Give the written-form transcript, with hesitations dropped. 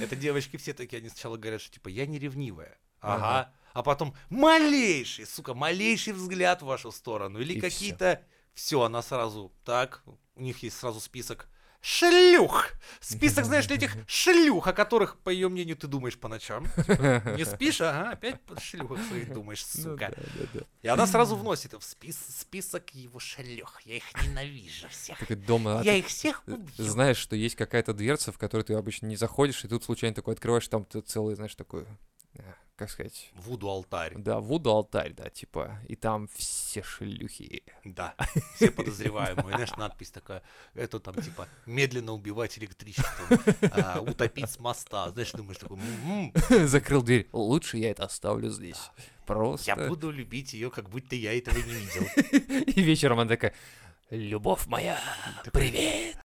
Это девочки все такие, они сначала говорят, что типа я не ревнивая. Ага. А потом малейший взгляд в вашу сторону. Или И какие-то... Все, она сразу... Так, у них есть сразу список шлюх. Список, знаешь ли, этих шлюх, о которых, по ее мнению, ты думаешь по ночам. Типа, не спишь? Ага, опять по шлюхах своих думаешь, сука. И она сразу вносит в список его шлюх. Я их ненавижу всех. Такой дома, Я их всех убью. знаешь, что есть какая-то дверца, в которую ты обычно не заходишь, и тут случайно такой открываешь, там ты целый, знаешь, такой, как сказать... Вуду-алтарь. Да, Вуду-алтарь, да, типа, и там все шлюхи. Да, все подозреваемые. Знаешь, надпись такая, это там типа медленно убивать электричеством, утопить с моста. Знаешь, думаешь такой, Закрыл дверь. Лучше я это оставлю здесь. Просто. я буду любить ее, как будто я этого не видел. И вечером она такая: любовь моя, привет.